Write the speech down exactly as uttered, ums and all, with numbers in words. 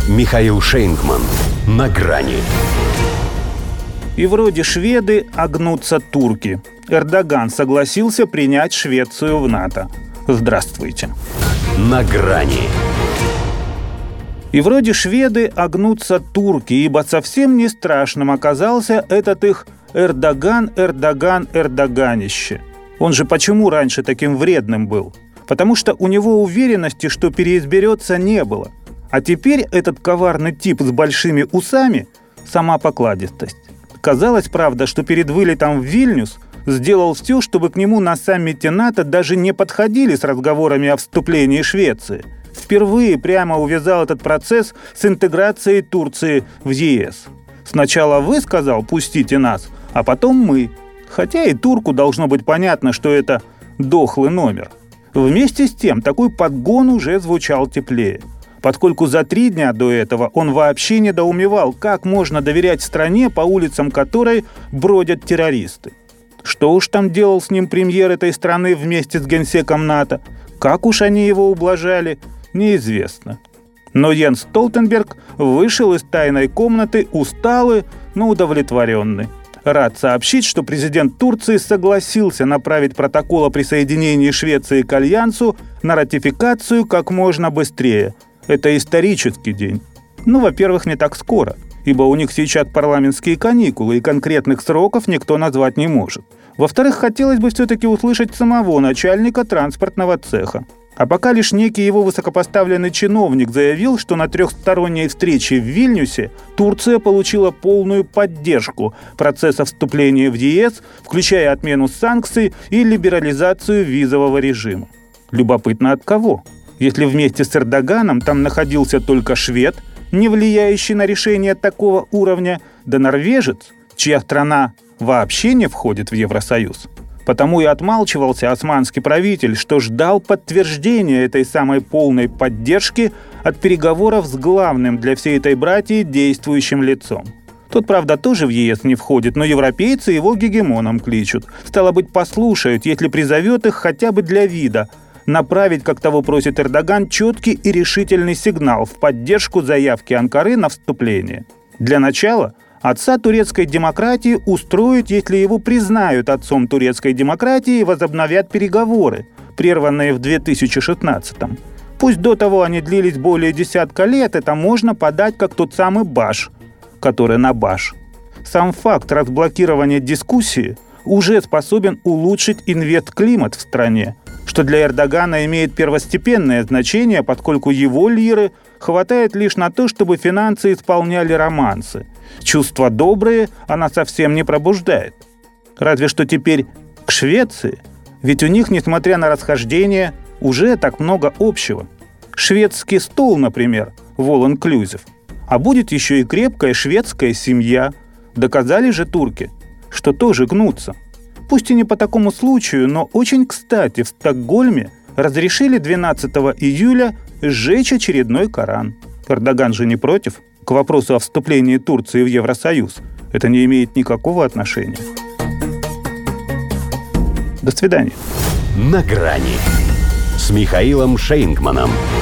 Михаил Шейнгман. На грани. И вроде шведы, а гнутся турки. Эрдоган согласился принять Швецию в НАТО. Здравствуйте. На грани. И вроде шведы, а гнутся турки, ибо совсем не страшным оказался этот их Эрдоган, Эрдоган, Эрдоганище. Он же почему раньше таким вредным был? Потому что у него уверенности, что переизберется, не было. А теперь этот коварный тип с большими усами – сама покладистость. Казалось, правда, что перед вылетом в Вильнюс сделал все, чтобы к нему на саммите НАТО даже не подходили с разговорами о вступлении Швеции. Впервые прямо увязал этот процесс с интеграцией Турции в ЕС. Сначала вы, сказал, пустите нас, а потом мы. Хотя и турку должно быть понятно, что это дохлый номер. Вместе с тем, такой подгон уже звучал теплее. Поскольку за три дня до этого он вообще недоумевал, как можно доверять стране, по улицам которой бродят террористы. Что уж там делал с ним премьер этой страны вместе с генсеком НАТО, как уж они его ублажали, неизвестно. Но Йенс Столтенберг вышел из тайной комнаты усталый, но удовлетворенный. Рад сообщить, что президент Турции согласился направить протокол о присоединении Швеции к Альянсу на ратификацию как можно быстрее. Это исторический день. Ну, во-первых, не так скоро, ибо у них сейчас парламентские каникулы, и конкретных сроков никто назвать не может. Во-вторых, хотелось бы все-таки услышать самого начальника транспортного цеха. А пока лишь некий его высокопоставленный чиновник заявил, что на трехсторонней встрече в Вильнюсе Турция получила полную поддержку процесса вступления в ЕС, включая отмену санкций и либерализацию визового режима. Любопытно от кого? Если вместе с Эрдоганом там находился только швед, не влияющий на решение такого уровня, да норвежец, чья страна вообще не входит в Евросоюз. Потому и отмалчивался османский правитель, что ждал подтверждения этой самой полной поддержки от переговоров с главным для всей этой братьи действующим лицом. Тот, правда, тоже в ЕС не входит, но европейцы его гегемоном кличут. Стало быть, послушают, если призовет их хотя бы для вида, направить, как того просит Эрдоган, четкий и решительный сигнал в поддержку заявки Анкары на вступление. Для начала отца турецкой демократии устроит, если его признают отцом турецкой демократии и возобновят переговоры, прерванные в две тысячи шестнадцатом. Пусть до того они длились более десятка лет, это можно подать как тот самый Баш, который на Баш. Сам факт разблокирования дискуссии уже способен улучшить инвестклимат в стране, что для Эрдогана имеет первостепенное значение, поскольку его лиры хватает лишь на то, чтобы финансы исполняли романсы. Чувства добрые она совсем не пробуждает. Разве что теперь к Швеции, ведь у них, несмотря на расхождения, уже так много общего. Шведский стол, например, в all-inclusive. А будет еще и крепкая шведская семья. Доказали же турки, что тоже гнутся. Пусть и не по такому случаю, но очень кстати в Стокгольме разрешили двенадцатого июля сжечь очередной Коран. Эрдоган же не против. К вопросу о вступлении Турции в Евросоюз это не имеет никакого отношения. До свидания. На грани с Михаилом Шейнгманом.